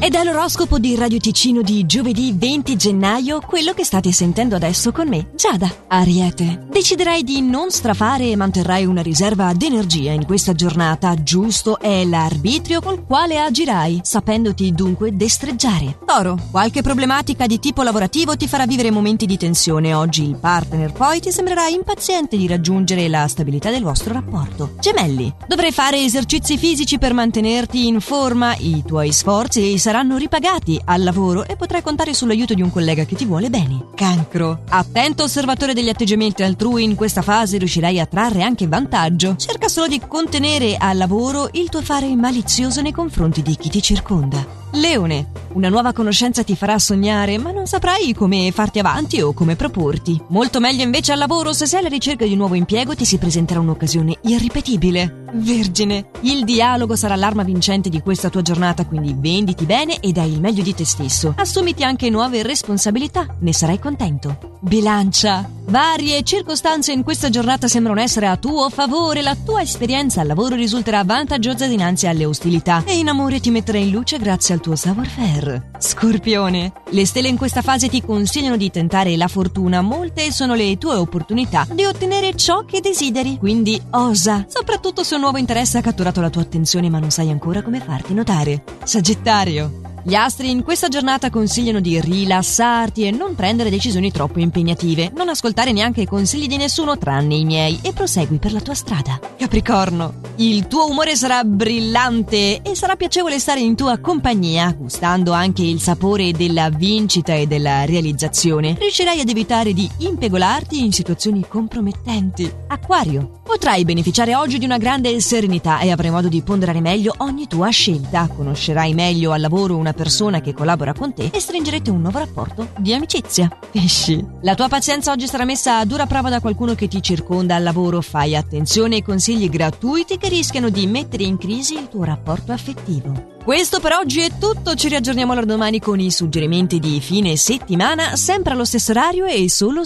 Ed è l'oroscopo di Radio Ticino di giovedì 20 gennaio, quello che state sentendo adesso con me, Giada. Ariete, deciderai di non strafare e manterrai una riserva d'energia in questa giornata. Giusto è l'arbitrio col quale agirai, sapendoti dunque destreggiare. Toro, qualche problematica di tipo lavorativo ti farà vivere momenti di tensione. Oggi il partner poi ti sembrerà impaziente di raggiungere la stabilità del vostro rapporto. Gemelli, dovrai fare esercizi fisici per mantenerti in forma. I tuoi sforzi saranno ripagati al lavoro e potrai contare sull'aiuto di un collega che ti vuole bene. Cancro, attento osservatore degli atteggiamenti altrui, in questa fase riuscirai a trarre anche vantaggio. Cerca solo di contenere al lavoro il tuo fare malizioso nei confronti di chi ti circonda. Leone, una nuova conoscenza ti farà sognare, ma non saprai come farti avanti o come proporti. Molto meglio invece al lavoro. Se sei alla ricerca di un nuovo impiego ti si presenterà un'occasione irripetibile. Vergine, il dialogo sarà l'arma vincente di questa tua giornata, quindi venditi bene e dai il meglio di te stesso. Assumiti anche nuove responsabilità, ne sarai contento. Bilancia, varie circostanze in questa giornata sembrano essere a tuo favore. La tua esperienza al lavoro risulterà vantaggiosa dinanzi alle ostilità e in amore ti metterai in luce grazie al tuo savoir-faire. Scorpione, le stelle in questa fase ti consigliano di tentare la fortuna. Molte sono le tue opportunità di ottenere ciò che desideri, quindi osa, soprattutto se un nuovo interesse ha catturato la tua attenzione ma non sai ancora come farti notare. Sagittario, gli astri in questa giornata consigliano di rilassarti e non prendere decisioni troppo impegnative. Non ascoltare neanche i consigli di nessuno tranne i miei e prosegui per la tua strada. Capricorno, il tuo umore sarà brillante e sarà piacevole stare in tua compagnia, gustando anche il sapore della vincita e della realizzazione. Riuscirai ad evitare di impegolarti in situazioni compromettenti. Acquario, potrai beneficiare oggi di una grande serenità e avrai modo di ponderare meglio ogni tua scelta. Conoscerai meglio al lavoro una persona che collabora con te e stringerete un nuovo rapporto di amicizia. Pesci, la tua pazienza oggi sarà messa a dura prova da qualcuno che ti circonda al lavoro. Fai attenzione ai consigli gratuiti che rischiano di mettere in crisi il tuo rapporto affettivo. Questo per oggi è tutto, ci riaggiorniamo allora domani con i suggerimenti di fine settimana, sempre allo stesso orario e solo